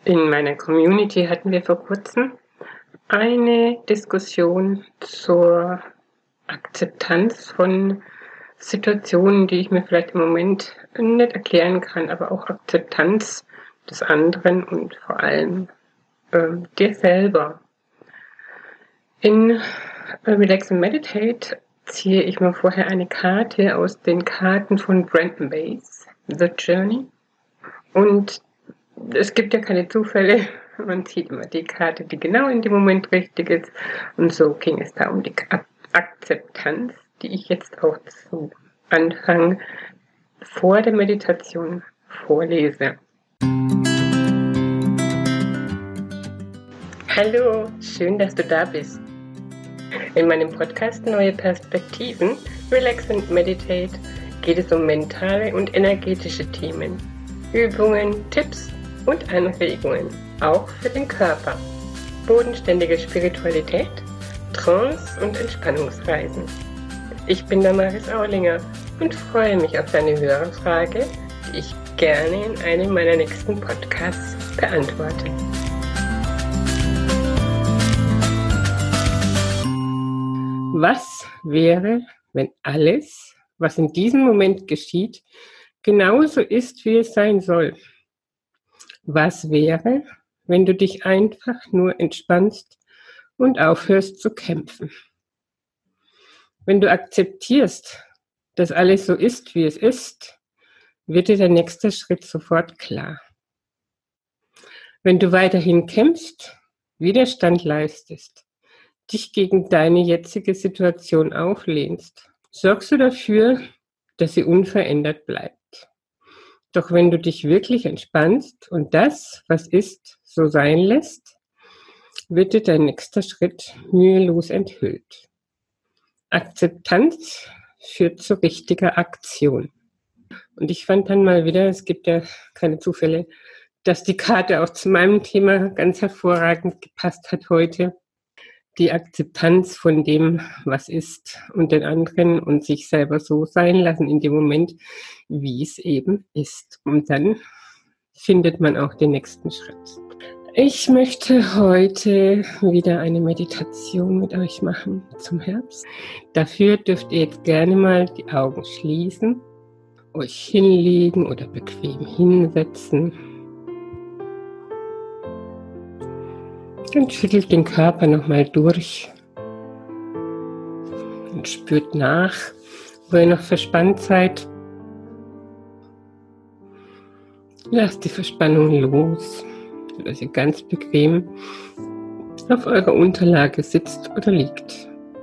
In meiner Community hatten wir vor kurzem eine Diskussion zur Akzeptanz von Situationen, die ich mir vielleicht im Moment nicht erklären kann, aber auch Akzeptanz des anderen und vor allem dir selber. In Relax and Meditate ziehe ich mir vorher eine Karte aus den Karten von Brandon Bays, The Journey. Und es gibt ja keine Zufälle, man zieht immer die Karte, die genau in dem Moment richtig ist. Und so ging es da um die Akzeptanz, die ich jetzt auch zu Anfang vor der Meditation vorlese. Hallo, schön, dass du da bist. In meinem Podcast Neue Perspektiven, Relax and Meditate, geht es um mentale und energetische Themen, Übungen, Tipps und Anregungen, auch für den Körper, bodenständige Spiritualität, Trance und Entspannungsreisen. Ich bin Damaris Aulinger und freue mich auf deine Hörerfrage, die ich gerne in einem meiner nächsten Podcasts beantworte. Was wäre, wenn alles, was in diesem Moment geschieht, genauso ist, wie es sein soll? Was wäre, wenn du dich einfach nur entspannst und aufhörst zu kämpfen? Wenn du akzeptierst, dass alles so ist, wie es ist, wird dir der nächste Schritt sofort klar. Wenn du weiterhin kämpfst, Widerstand leistest, dich gegen deine jetzige Situation auflehnst, sorgst du dafür, dass sie unverändert bleibt. Doch wenn du dich wirklich entspannst und das, was ist, so sein lässt, wird dir dein nächster Schritt mühelos enthüllt. Akzeptanz führt zu richtiger Aktion. Und ich fand dann mal wieder, es gibt ja keine Zufälle, dass die Karte auch zu meinem Thema ganz hervorragend gepasst hat heute. Die Akzeptanz von dem, was ist und den anderen und sich selber so sein lassen in dem Moment, wie es eben ist. Und dann findet man auch den nächsten Schritt. Ich möchte heute wieder eine Meditation mit euch machen zum Herbst. Dafür dürft ihr jetzt gerne mal die Augen schließen, euch hinlegen oder bequem hinsetzen. Dann schüttelt den Körper nochmal durch und spürt nach, wo ihr noch verspannt seid. Lasst die Verspannung los, sodass ihr ganz bequem auf eurer Unterlage sitzt oder liegt.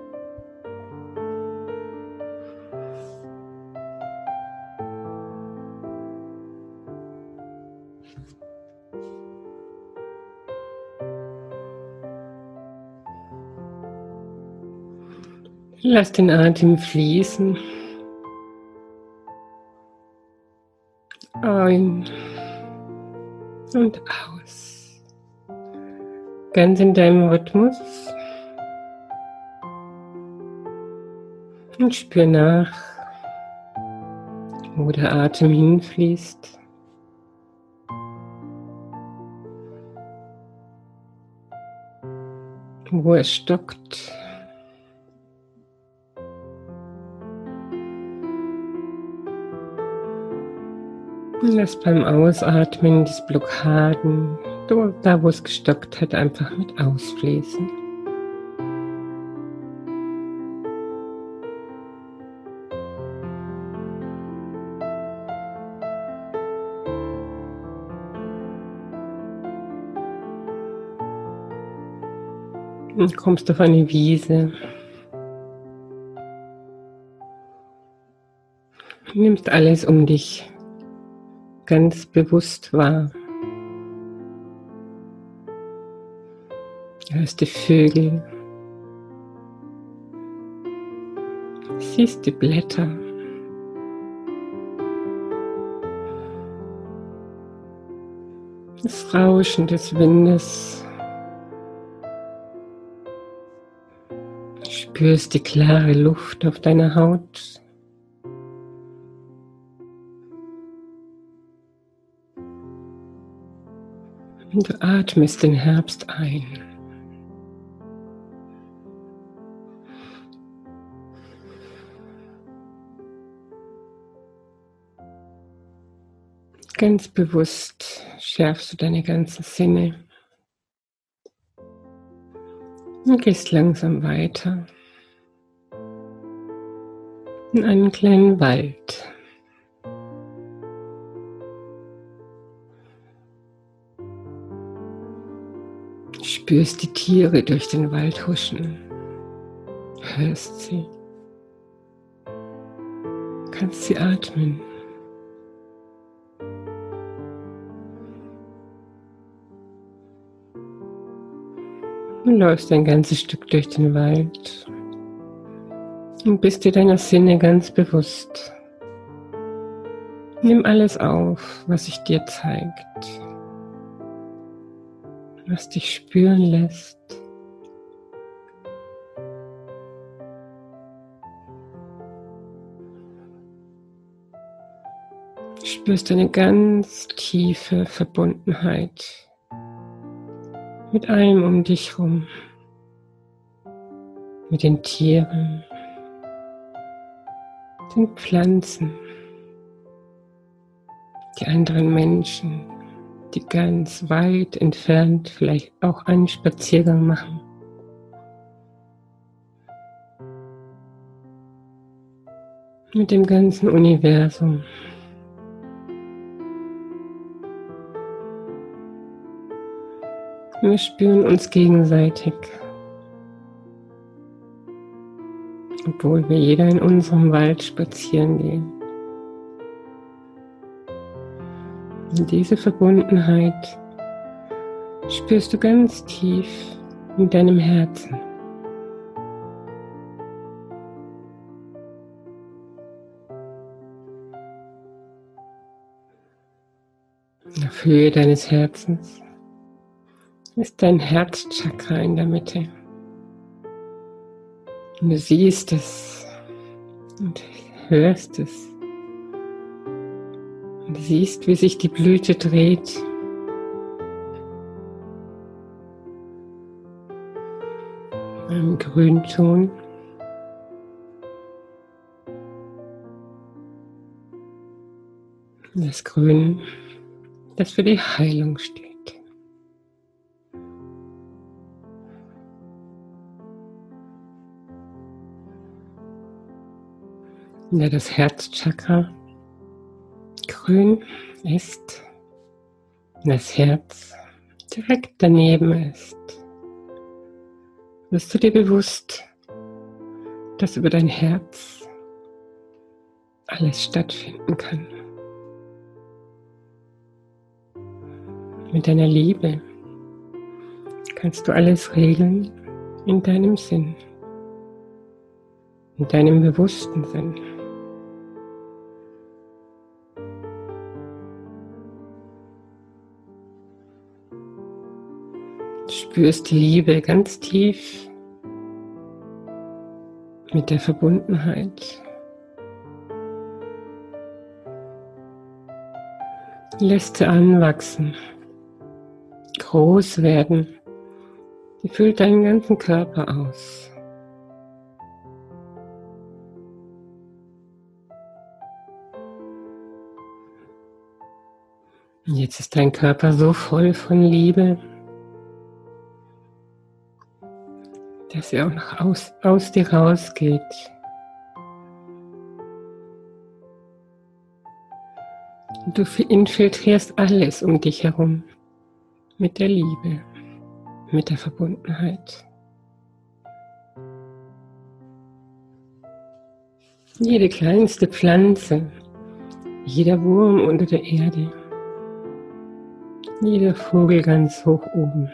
Lasst den Atem fließen. Ein und aus. Ganz in deinem Rhythmus. Und spür nach, wo der Atem hinfließt. Wo er stockt. Lass beim Ausatmen die Blockaden, da wo es gestockt hat, einfach mit ausfließen. Und kommst auf eine Wiese. Nimmst alles um dich ganz bewusst wahr. Du hörst die Vögel, siehst die Blätter, das Rauschen des Windes, spürst die klare Luft auf deiner Haut. Und du atmest den Herbst ein. Ganz bewusst schärfst du deine ganzen Sinne und gehst langsam weiter in einen kleinen Wald. Du spürst die Tiere durch den Wald huschen, hörst sie, kannst sie atmen. Du läufst ein ganzes Stück durch den Wald und bist dir deiner Sinne ganz bewusst. Nimm alles auf, was sich dir zeigt, was dich spüren lässt. Du spürst eine ganz tiefe Verbundenheit mit allem um dich herum, mit den Tieren, den Pflanzen, die anderen Menschen, die ganz weit entfernt vielleicht auch einen Spaziergang machen. Mit dem ganzen Universum. Wir spüren uns gegenseitig, obwohl wir jeder in unserem Wald spazieren gehen. Und diese Verbundenheit spürst du ganz tief in deinem Herzen. In der Höhe deines Herzens ist dein Herzchakra in der Mitte. Und du siehst es und hörst es. Und du siehst, wie sich die Blüte dreht. Im Grünton. Das Grün, das für die Heilung steht. Ja, das Herzchakra grün ist, das Herz direkt daneben ist, wirst du dir bewusst, dass über dein Herz alles stattfinden kann. Mit deiner Liebe kannst du alles regeln in deinem Sinn, in deinem bewussten Sinn. Du spürst die Liebe ganz tief mit der Verbundenheit. Lässt sie anwachsen, groß werden. Sie füllt deinen ganzen Körper aus. Und jetzt ist dein Körper so voll von Liebe, dass sie auch noch aus dir rausgeht. Und du infiltrierst alles um dich herum mit der Liebe, mit der Verbundenheit. Jede kleinste Pflanze, jeder Wurm unter der Erde, jeder Vogel ganz hoch oben.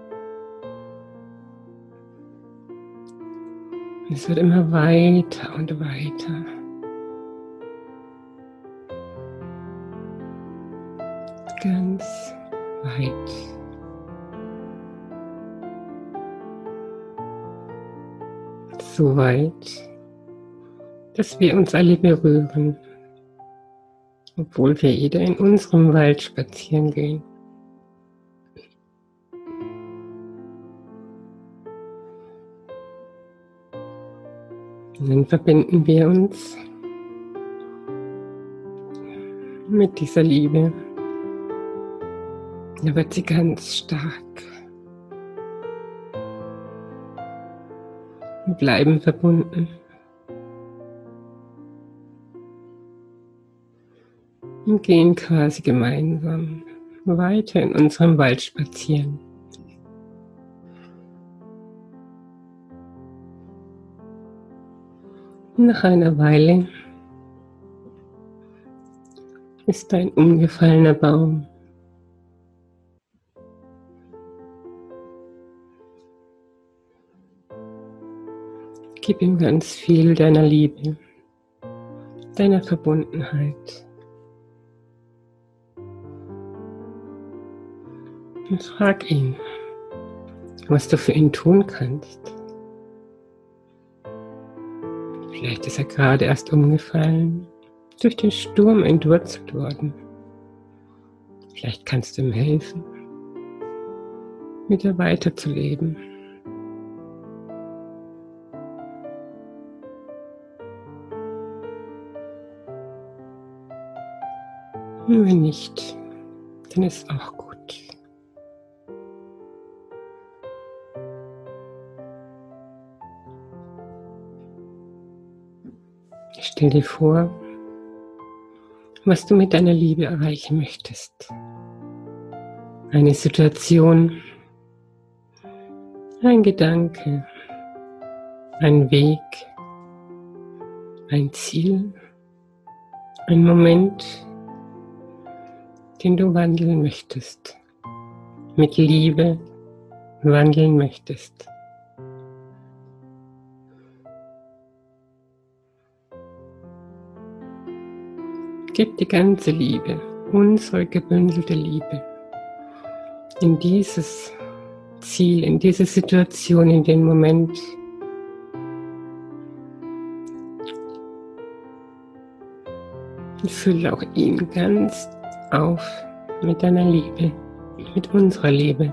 Es wird immer weiter und weiter. Ganz weit. So weit, dass wir uns alle berühren, obwohl wir jeder in unserem Wald spazieren gehen. Und dann verbinden wir uns mit dieser Liebe. Da wird sie ganz stark. Wir bleiben verbunden. Und gehen quasi gemeinsam weiter in unserem Wald spazieren. Nach einer Weile ist ein umgefallener Baum. Gib ihm ganz viel deiner Liebe, deiner Verbundenheit. Und frag ihn, was du für ihn tun kannst. Vielleicht ist er gerade erst umgefallen, durch den Sturm entwurzelt worden. Vielleicht kannst du ihm helfen, wieder weiterzuleben. Und wenn nicht, dann ist auch gut. Stell dir vor, was du mit deiner Liebe erreichen möchtest. Eine Situation, ein Gedanke, ein Weg, ein Ziel, ein Moment, den du wandeln möchtest, mit Liebe wandeln möchtest. Gib die ganze Liebe, unsere gebündelte Liebe, in dieses Ziel, in diese Situation, in den Moment. Und fülle auch ihn ganz auf mit deiner Liebe, mit unserer Liebe.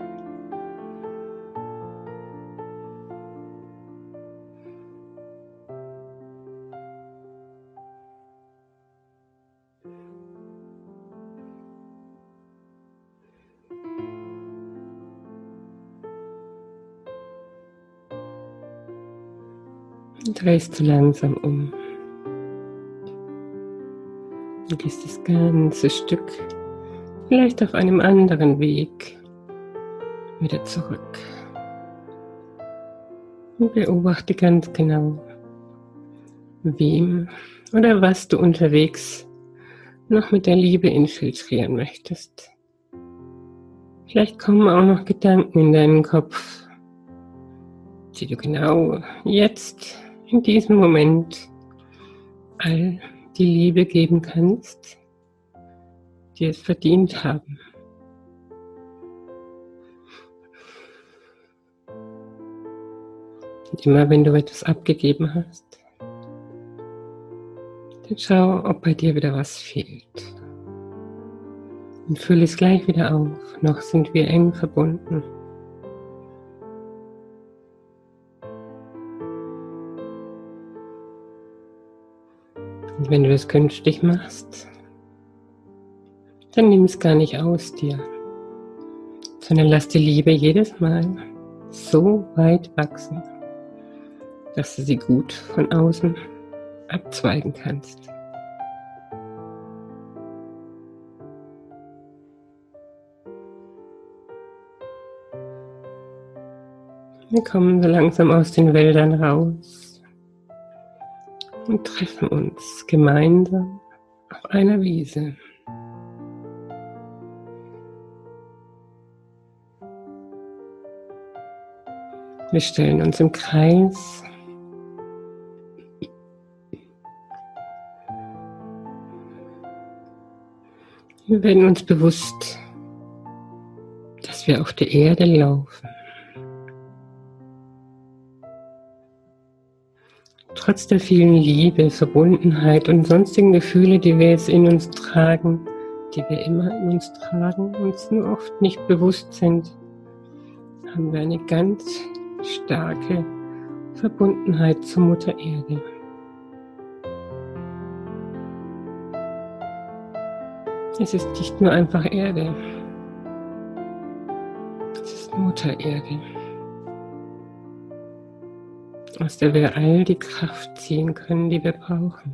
Drehst du langsam um. Du gehst das ganze Stück, vielleicht auf einem anderen Weg, wieder zurück. Und beobachte ganz genau, wem oder was du unterwegs noch mit der Liebe infiltrieren möchtest. Vielleicht kommen auch noch Gedanken in deinen Kopf, die du genau jetzt, in diesem Moment, all die Liebe geben kannst, die es verdient haben. Und immer wenn du etwas abgegeben hast, dann schau, ob bei dir wieder was fehlt. Und fülle es gleich wieder auf. Noch sind wir eng verbunden. Und wenn du es künftig machst, dann nimm es gar nicht aus dir, sondern lass die Liebe jedes Mal so weit wachsen, dass du sie gut von außen abzweigen kannst. Wir kommen so langsam aus den Wäldern raus und treffen uns gemeinsam auf einer Wiese. Wir stellen uns im Kreis. Wir werden uns bewusst, dass wir auf der Erde laufen. Trotz der vielen Liebe, Verbundenheit und sonstigen Gefühle, die wir jetzt in uns tragen, die wir immer in uns tragen, uns nur oft nicht bewusst sind, haben wir eine ganz starke Verbundenheit zur Mutter Erde. Es ist nicht nur einfach Erde, es ist Mutter Erde, aus der wir all die Kraft ziehen können, die wir brauchen.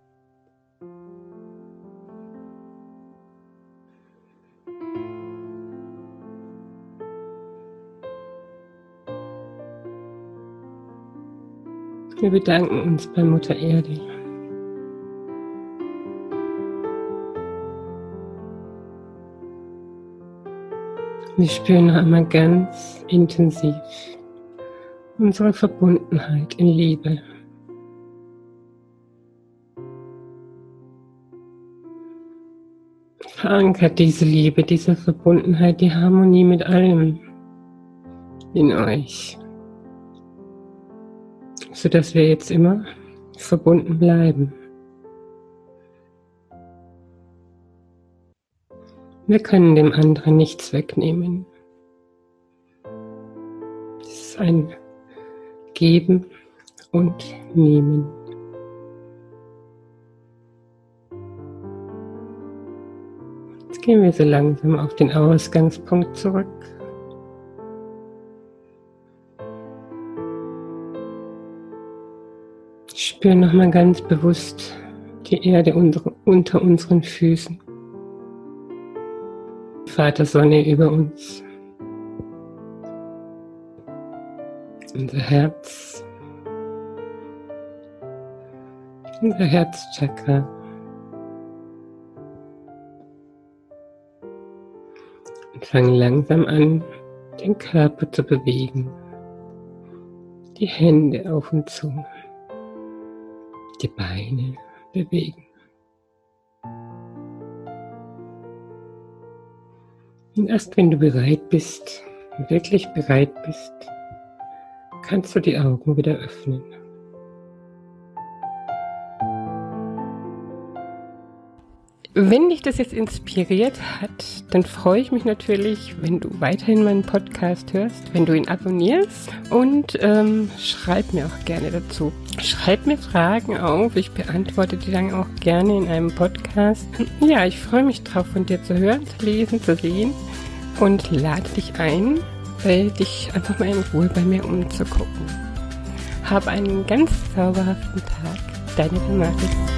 Wir bedanken uns bei Mutter Erde. Wir spüren noch einmal ganz intensiv unsere Verbundenheit in Liebe. Verankert diese Liebe, diese Verbundenheit, die Harmonie mit allem in euch, sodass wir jetzt immer verbunden bleiben. Wir können dem anderen nichts wegnehmen. Es ist ein Geben und Nehmen. Jetzt gehen wir so langsam auf den Ausgangspunkt zurück. Spüren nochmal ganz bewusst die Erde unter unseren Füßen. Vater Sonne über uns. Unser Herz. Unser Herzchakra. Und fangen langsam an, den Körper zu bewegen. Die Hände auf und zu. Die Beine bewegen. Und erst wenn du bereit bist, wirklich bereit bist, kannst du die Augen wieder öffnen. Wenn dich das jetzt inspiriert hat, dann freue ich mich natürlich, wenn du weiterhin meinen Podcast hörst, wenn du ihn abonnierst und schreib mir auch gerne dazu. Schreib mir Fragen auf, ich beantworte die dann auch gerne in einem Podcast. Ja, ich freue mich drauf, von dir zu hören, zu lesen, zu sehen und lade dich ein, dich einfach mal in Ruhe bei mir umzugucken. Hab einen ganz zauberhaften Tag, deine Damaris.